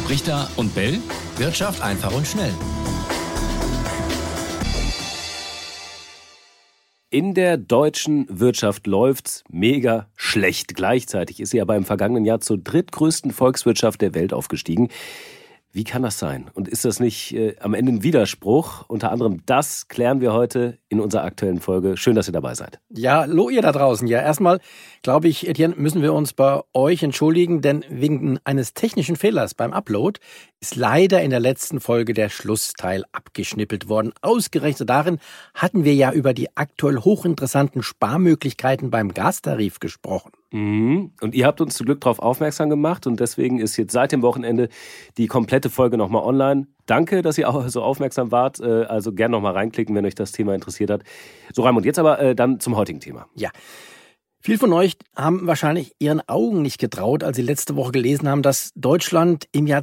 Richter und Bell. Wirtschaft einfach und schnell. In der deutschen Wirtschaft läuft's mega schlecht. Gleichzeitig ist sie aber im vergangenen Jahr zur drittgrößten Volkswirtschaft der Welt aufgestiegen. Wie kann das sein? Und ist das nicht am Ende ein Widerspruch? Unter anderem das klären wir heute in unserer aktuellen Folge. Schön, dass ihr dabei seid. Ja, hallo ihr da draußen. Ja, erstmal, glaube ich, Etienne, müssen wir uns bei euch entschuldigen, denn wegen eines technischen Fehlers beim Upload ist leider in der letzten Folge der Schlussteil abgeschnippelt worden. Ausgerechnet darin hatten wir ja über die aktuell hochinteressanten Sparmöglichkeiten beim Gastarif gesprochen. Mhm. Und ihr habt uns zum Glück darauf aufmerksam gemacht und deswegen ist jetzt seit dem Wochenende die komplette Folge nochmal online. Danke, dass ihr auch so aufmerksam wart. Also gerne nochmal reinklicken, wenn euch das Thema interessiert hat. So, Raimund, jetzt aber dann zum heutigen Thema. Ja. Viele von euch haben wahrscheinlich ihren Augen nicht getraut, als sie letzte Woche gelesen haben, dass Deutschland im Jahr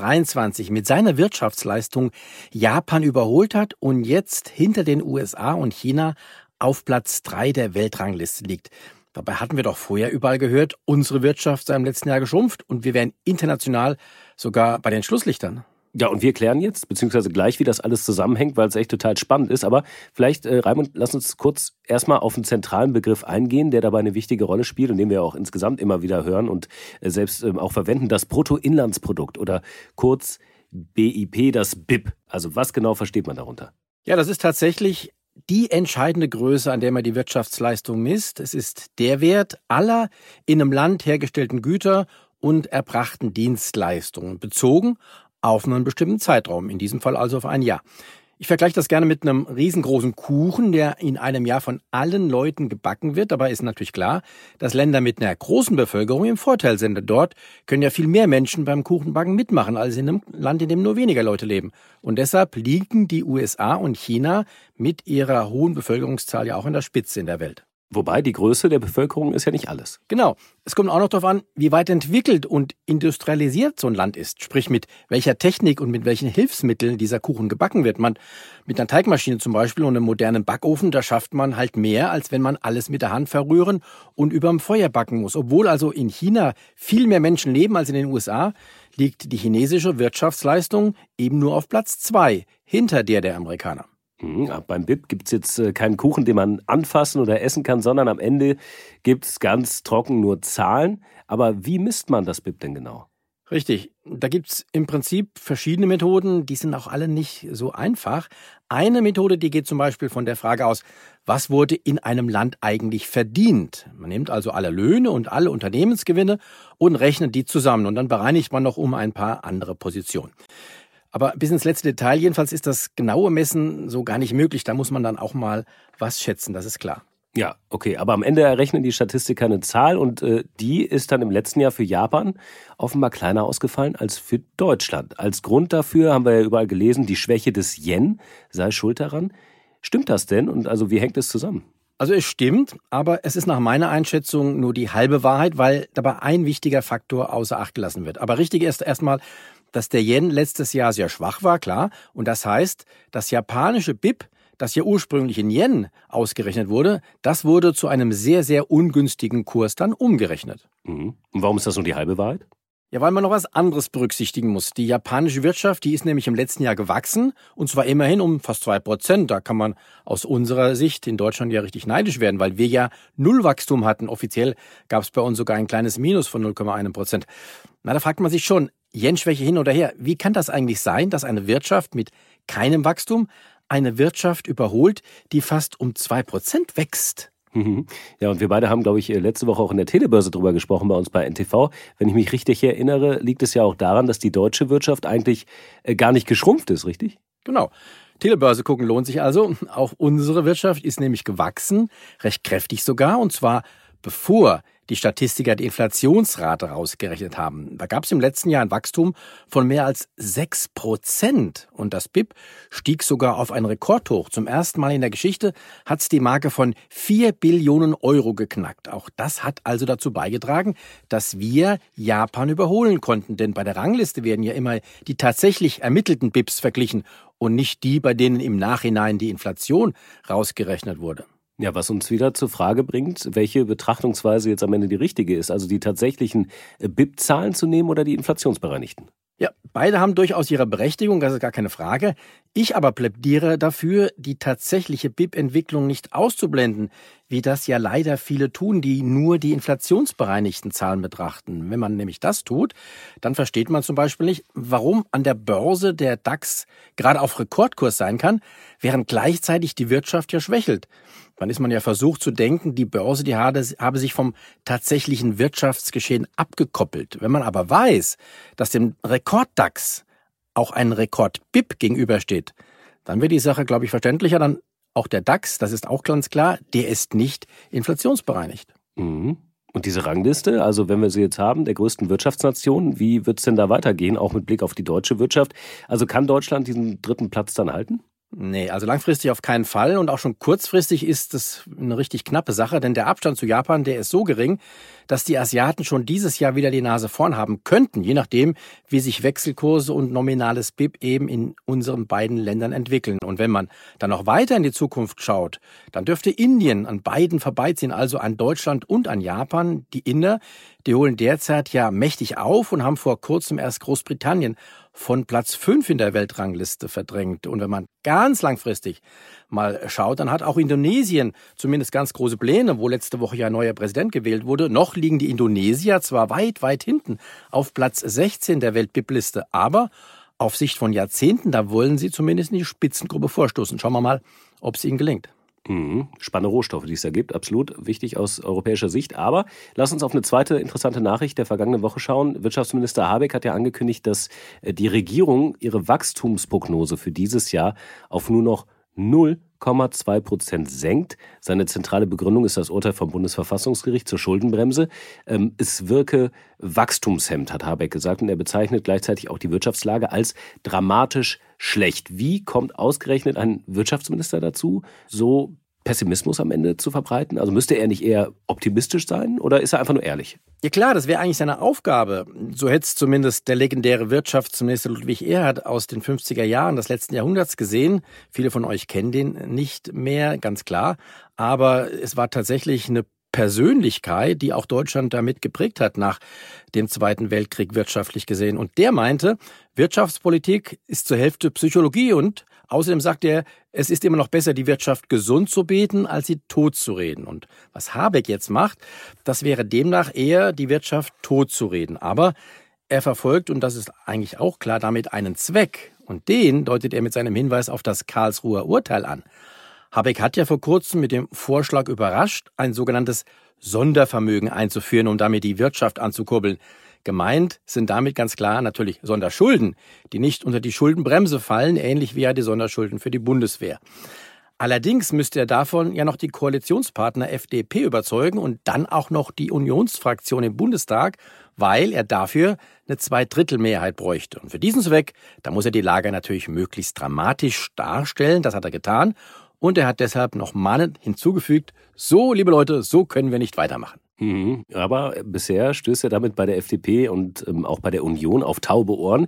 2023 mit seiner Wirtschaftsleistung Japan überholt hat und jetzt hinter den USA und China auf Platz 3 der Weltrangliste liegt. Dabei hatten wir doch vorher überall gehört, unsere Wirtschaft sei im letzten Jahr geschrumpft und wir wären international sogar bei den Schlusslichtern. Ja, und wir klären jetzt, beziehungsweise gleich, wie das alles zusammenhängt, weil es echt total spannend ist. Aber vielleicht, Raimund, lass uns kurz erstmal auf einen zentralen Begriff eingehen, der dabei eine wichtige Rolle spielt und den wir auch insgesamt immer wieder hören und selbst auch verwenden, das Bruttoinlandsprodukt oder kurz BIP, das BIP. Also was genau versteht man darunter? Ja, das ist tatsächlich die entscheidende Größe, an der man die Wirtschaftsleistung misst. Es ist der Wert aller in einem Land hergestellten Güter und erbrachten Dienstleistungen, bezogen auf einen bestimmten Zeitraum, in diesem Fall also auf ein Jahr. Ich vergleiche das gerne mit einem riesengroßen Kuchen, der in einem Jahr von allen Leuten gebacken wird. Dabei ist natürlich klar, dass Länder mit einer großen Bevölkerung im Vorteil sind. Dort können ja viel mehr Menschen beim Kuchenbacken mitmachen, als in einem Land, in dem nur weniger Leute leben. Und deshalb liegen die USA und China mit ihrer hohen Bevölkerungszahl ja auch an der Spitze in der Welt. Wobei, die Größe der Bevölkerung ist ja nicht alles. Genau. Es kommt auch noch darauf an, wie weit entwickelt und industrialisiert so ein Land ist. Sprich, mit welcher Technik und mit welchen Hilfsmitteln dieser Kuchen gebacken wird. Mit einer Teigmaschine zum Beispiel und einem modernen Backofen, da schafft man halt mehr, als wenn man alles mit der Hand verrühren und überm Feuer backen muss. Obwohl also in China viel mehr Menschen leben als in den USA, liegt die chinesische Wirtschaftsleistung eben nur auf Platz 2, hinter der Amerikaner. Ja, beim BIP gibt es jetzt keinen Kuchen, den man anfassen oder essen kann, sondern am Ende gibt es ganz trocken nur Zahlen. Aber wie misst man das BIP denn genau? Richtig, da gibt es im Prinzip verschiedene Methoden, die sind auch alle nicht so einfach. Eine Methode, die geht zum Beispiel von der Frage aus, was wurde in einem Land eigentlich verdient? Man nimmt also alle Löhne und alle Unternehmensgewinne und rechnet die zusammen und dann bereinigt man noch um ein paar andere Positionen. Aber bis ins letzte Detail, jedenfalls ist das genaue Messen so gar nicht möglich. Da muss man dann auch mal was schätzen, das ist klar. Ja, okay, aber am Ende errechnen die Statistiker eine Zahl und die ist dann im letzten Jahr für Japan offenbar kleiner ausgefallen als für Deutschland. Als Grund dafür haben wir ja überall gelesen, die Schwäche des Yen sei schuld daran. Stimmt das denn und also wie hängt es zusammen? Also es stimmt, aber es ist nach meiner Einschätzung nur die halbe Wahrheit, weil dabei ein wichtiger Faktor außer Acht gelassen wird. Aber richtig ist erstmal, dass der Yen letztes Jahr sehr schwach war, klar. Und das heißt, das japanische BIP, das ja ursprünglich in Yen ausgerechnet wurde, das wurde zu einem sehr, sehr ungünstigen Kurs dann umgerechnet. Mhm. Und warum ist das nur die halbe Wahrheit? Ja, weil man noch was anderes berücksichtigen muss. Die japanische Wirtschaft, die ist nämlich im letzten Jahr gewachsen, und zwar immerhin um fast 2%. Da kann man aus unserer Sicht in Deutschland ja richtig neidisch werden, weil wir ja Nullwachstum hatten. Offiziell gab es bei uns sogar ein kleines Minus von 0,1%. Na, da fragt man sich schon, Yen-Schwäche hin oder her, wie kann das eigentlich sein, dass eine Wirtschaft mit keinem Wachstum eine Wirtschaft überholt, die fast um 2% wächst? Ja, und wir beide haben, glaube ich, letzte Woche auch in der Telebörse drüber gesprochen bei uns bei NTV. Wenn ich mich richtig erinnere, liegt es ja auch daran, dass die deutsche Wirtschaft eigentlich gar nicht geschrumpft ist, richtig? Genau. Telebörse gucken lohnt sich also. Auch unsere Wirtschaft ist nämlich gewachsen, recht kräftig sogar, und zwar bevor die Statistiker die Inflationsrate rausgerechnet haben. Da gab es im letzten Jahr ein Wachstum von mehr als 6%. Und das BIP stieg sogar auf ein Rekordhoch. Zum ersten Mal in der Geschichte hat es die Marke von 4 Billionen Euro geknackt. Auch das hat also dazu beigetragen, dass wir Japan überholen konnten. Denn bei der Rangliste werden ja immer die tatsächlich ermittelten BIPs verglichen und nicht die, bei denen im Nachhinein die Inflation rausgerechnet wurde. Ja, was uns wieder zur Frage bringt, welche Betrachtungsweise jetzt am Ende die richtige ist. Also die tatsächlichen BIP-Zahlen zu nehmen oder die inflationsbereinigten? Ja, Beide haben durchaus ihre Berechtigung, das ist gar keine Frage. Ich aber plädiere dafür, die tatsächliche BIP-Entwicklung nicht auszublenden, wie das ja leider viele tun, die nur die inflationsbereinigten Zahlen betrachten. Wenn man nämlich das tut, dann versteht man zum Beispiel nicht, warum an der Börse der DAX gerade auf Rekordkurs sein kann, während gleichzeitig die Wirtschaft ja schwächelt. Dann ist man ja versucht zu denken, die Börse, die habe sich vom tatsächlichen Wirtschaftsgeschehen abgekoppelt. Wenn man aber weiß, dass dem Rekord-DAX auch ein Rekord-BIP gegenübersteht, dann wird die Sache, glaube ich, verständlicher. Dann auch der DAX, das ist auch ganz klar, der ist nicht inflationsbereinigt. Mhm. Und diese Rangliste, also wenn wir sie jetzt haben, der größten Wirtschaftsnationen, wie wird es denn da weitergehen, auch mit Blick auf die deutsche Wirtschaft? Also kann Deutschland diesen 3. Platz dann halten? Nee, also langfristig auf keinen Fall und auch schon kurzfristig ist das eine richtig knappe Sache, denn der Abstand zu Japan, der ist so gering, dass die Asiaten schon dieses Jahr wieder die Nase vorn haben könnten, je nachdem, wie sich Wechselkurse und nominales BIP eben in unseren beiden Ländern entwickeln. Und wenn man dann noch weiter in die Zukunft schaut, dann dürfte Indien an beiden vorbeiziehen, also an Deutschland und an Japan. Die Inder, die holen derzeit ja mächtig auf und haben vor kurzem erst Großbritannien von Platz 5 in der Weltrangliste verdrängt. Und wenn man ganz langfristig mal schaut, dann hat auch Indonesien zumindest ganz große Pläne, wo letzte Woche ja ein neuer Präsident gewählt wurde. Noch liegen die Indonesier zwar weit, weit hinten auf Platz 16 der Welt-BIP-Liste, aber auf Sicht von Jahrzehnten, da wollen sie zumindest in die Spitzengruppe vorstoßen. Schauen wir mal, ob es ihnen gelingt. Spannende Rohstoffe, die es da gibt, absolut wichtig aus europäischer Sicht. Aber lass uns auf eine zweite interessante Nachricht der vergangenen Woche schauen. Wirtschaftsminister Habeck hat ja angekündigt, dass die Regierung ihre Wachstumsprognose für dieses Jahr auf nur noch 0,2% senkt. Seine zentrale Begründung ist das Urteil vom Bundesverfassungsgericht zur Schuldenbremse. Es wirke wachstumshemmend, hat Habeck gesagt, und er bezeichnet gleichzeitig auch die Wirtschaftslage als dramatisch schlecht. Wie kommt ausgerechnet ein Wirtschaftsminister dazu, so Pessimismus am Ende zu verbreiten? Also müsste er nicht eher optimistisch sein oder ist er einfach nur ehrlich? Ja klar, das wäre eigentlich seine Aufgabe. So hätte es zumindest der legendäre Wirtschaftsminister Ludwig Erhard aus den 50er Jahren des letzten Jahrhunderts gesehen. Viele von euch kennen den nicht mehr, ganz klar. Aber es war tatsächlich eine Persönlichkeit, die auch Deutschland damit geprägt hat nach dem Zweiten Weltkrieg wirtschaftlich gesehen. Und der meinte, Wirtschaftspolitik ist zur Hälfte Psychologie und außerdem sagt er, es ist immer noch besser, die Wirtschaft gesund zu beten, als sie tot zu reden. Und was Habeck jetzt macht, das wäre demnach eher, die Wirtschaft tot zu reden. Aber er verfolgt, und das ist eigentlich auch klar, damit einen Zweck. Und den deutet er mit seinem Hinweis auf das Karlsruher Urteil an. Habeck hat ja vor kurzem mit dem Vorschlag überrascht, ein sogenanntes Sondervermögen einzuführen, um damit die Wirtschaft anzukurbeln. Gemeint sind damit ganz klar natürlich Sonderschulden, die nicht unter die Schuldenbremse fallen, ähnlich wie ja die Sonderschulden für die Bundeswehr. Allerdings müsste er davon ja noch die Koalitionspartner FDP überzeugen und dann auch noch die Unionsfraktion im Bundestag, weil er dafür eine Zweidrittelmehrheit bräuchte. Und für diesen Zweck, da muss er die Lage natürlich möglichst dramatisch darstellen, das hat er getan. Und er hat deshalb noch mahnend hinzugefügt, so, liebe Leute, so können wir nicht weitermachen. Aber bisher stößt er damit bei der FDP und auch bei der Union auf taube Ohren.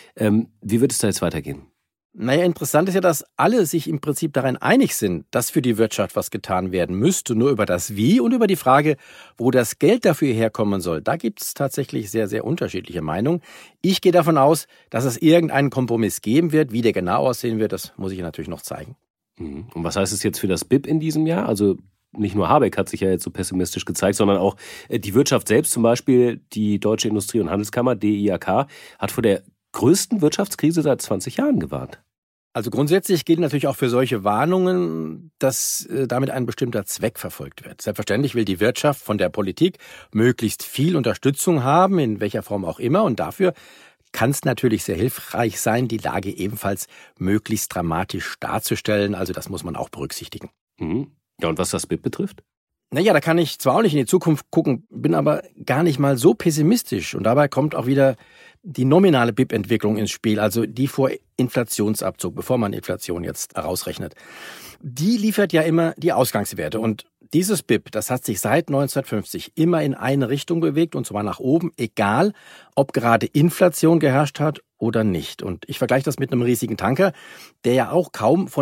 Wie wird es da jetzt weitergehen? Naja, interessant ist ja, dass alle sich im Prinzip darin einig sind, dass für die Wirtschaft was getan werden müsste. Nur über das Wie und über die Frage, wo das Geld dafür herkommen soll, da gibt es tatsächlich sehr, sehr unterschiedliche Meinungen. Ich gehe davon aus, dass es irgendeinen Kompromiss geben wird. Wie der genau aussehen wird, das muss ich natürlich noch zeigen. Und was heißt es jetzt für das BIP in diesem Jahr? Also nicht nur Habeck hat sich ja jetzt so pessimistisch gezeigt, sondern auch die Wirtschaft selbst, zum Beispiel die Deutsche Industrie- und Handelskammer, DIHK, hat vor der größten Wirtschaftskrise seit 20 Jahren gewarnt. Also grundsätzlich gilt natürlich auch für solche Warnungen, dass damit ein bestimmter Zweck verfolgt wird. Selbstverständlich will die Wirtschaft von der Politik möglichst viel Unterstützung haben, in welcher Form auch immer. Und dafür kann es natürlich sehr hilfreich sein, die Lage ebenfalls möglichst dramatisch darzustellen. Also das muss man auch berücksichtigen. Ja, und was das BIP betrifft? Naja, da kann ich zwar auch nicht in die Zukunft gucken, bin aber gar nicht mal so pessimistisch. Und dabei kommt auch wieder die nominale BIP-Entwicklung ins Spiel, also die vor Inflationsabzug, bevor man Inflation jetzt herausrechnet. Die liefert ja immer die Ausgangswerte. Und dieses BIP, das hat sich seit 1950 immer in eine Richtung bewegt, und zwar nach oben, egal ob gerade Inflation geherrscht hat oder nicht. Und ich vergleiche das mit einem riesigen Tanker, der ja auch kaum von einem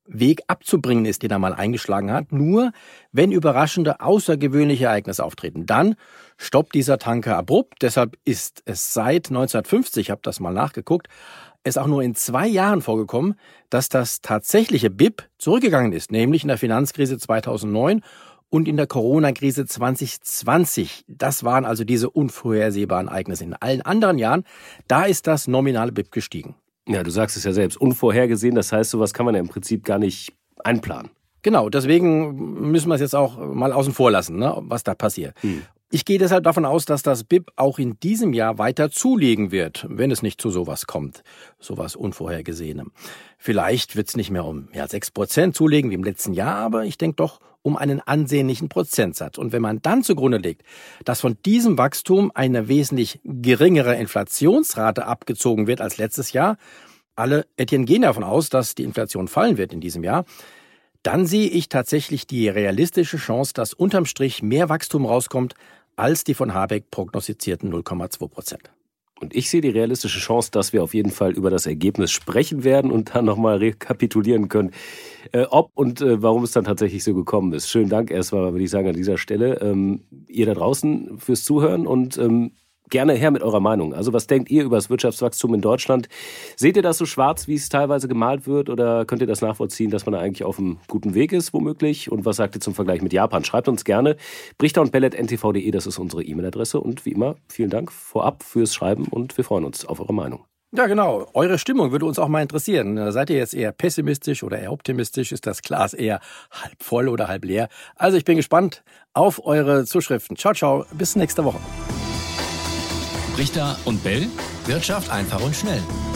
Weg abzubringen ist, den er mal eingeschlagen hat. Nur wenn überraschende, außergewöhnliche Ereignisse auftreten, dann stoppt dieser Tanker abrupt. Deshalb ist es seit 1950, ich habe das mal nachgeguckt, es auch nur in 2 Jahren vorgekommen, dass das tatsächliche BIP zurückgegangen ist, nämlich in der Finanzkrise 2009 und in der Corona-Krise 2020. Das waren also diese unvorhersehbaren Ereignisse. In allen anderen Jahren, da ist das nominale BIP gestiegen. Ja, du sagst es ja selbst, unvorhergesehen, das heißt, sowas kann man ja im Prinzip gar nicht einplanen. Genau, deswegen müssen wir es jetzt auch mal außen vor lassen, ne, was da passiert. Ich gehe deshalb davon aus, dass das BIP auch in diesem Jahr weiter zulegen wird, wenn es nicht zu sowas kommt, sowas Unvorhergesehenem. Vielleicht wird es nicht mehr um 6% zulegen wie im letzten Jahr, aber ich denke doch um einen ansehnlichen Prozentsatz. Und wenn man dann zugrunde legt, dass von diesem Wachstum eine wesentlich geringere Inflationsrate abgezogen wird als letztes Jahr, alle Etienne gehen davon aus, dass die Inflation fallen wird in diesem Jahr, dann sehe ich tatsächlich die realistische Chance, dass unterm Strich mehr Wachstum rauskommt, als die von Habeck prognostizierten 0,2%. Und ich sehe die realistische Chance, dass wir auf jeden Fall über das Ergebnis sprechen werden und dann nochmal rekapitulieren können, ob und warum es dann tatsächlich so gekommen ist. Schönen Dank erstmal, würde ich sagen, an dieser Stelle. Ihr da draußen fürs Zuhören und gerne her mit eurer Meinung. Also was denkt ihr über das Wirtschaftswachstum in Deutschland? Seht ihr das so schwarz, wie es teilweise gemalt wird? Oder könnt ihr das nachvollziehen, dass man da eigentlich auf einem guten Weg ist, womöglich? Und was sagt ihr zum Vergleich mit Japan? Schreibt uns gerne. brichter@ntv.de, das ist unsere E-Mail-Adresse. Und wie immer, vielen Dank vorab fürs Schreiben und wir freuen uns auf eure Meinung. Ja, genau. Eure Stimmung würde uns auch mal interessieren. Seid ihr jetzt eher pessimistisch oder eher optimistisch? Ist das Glas eher halb voll oder halb leer? Also ich bin gespannt auf eure Zuschriften. Ciao, ciao. Bis nächste Woche. Richter und Bell. Wirtschaft einfach und schnell.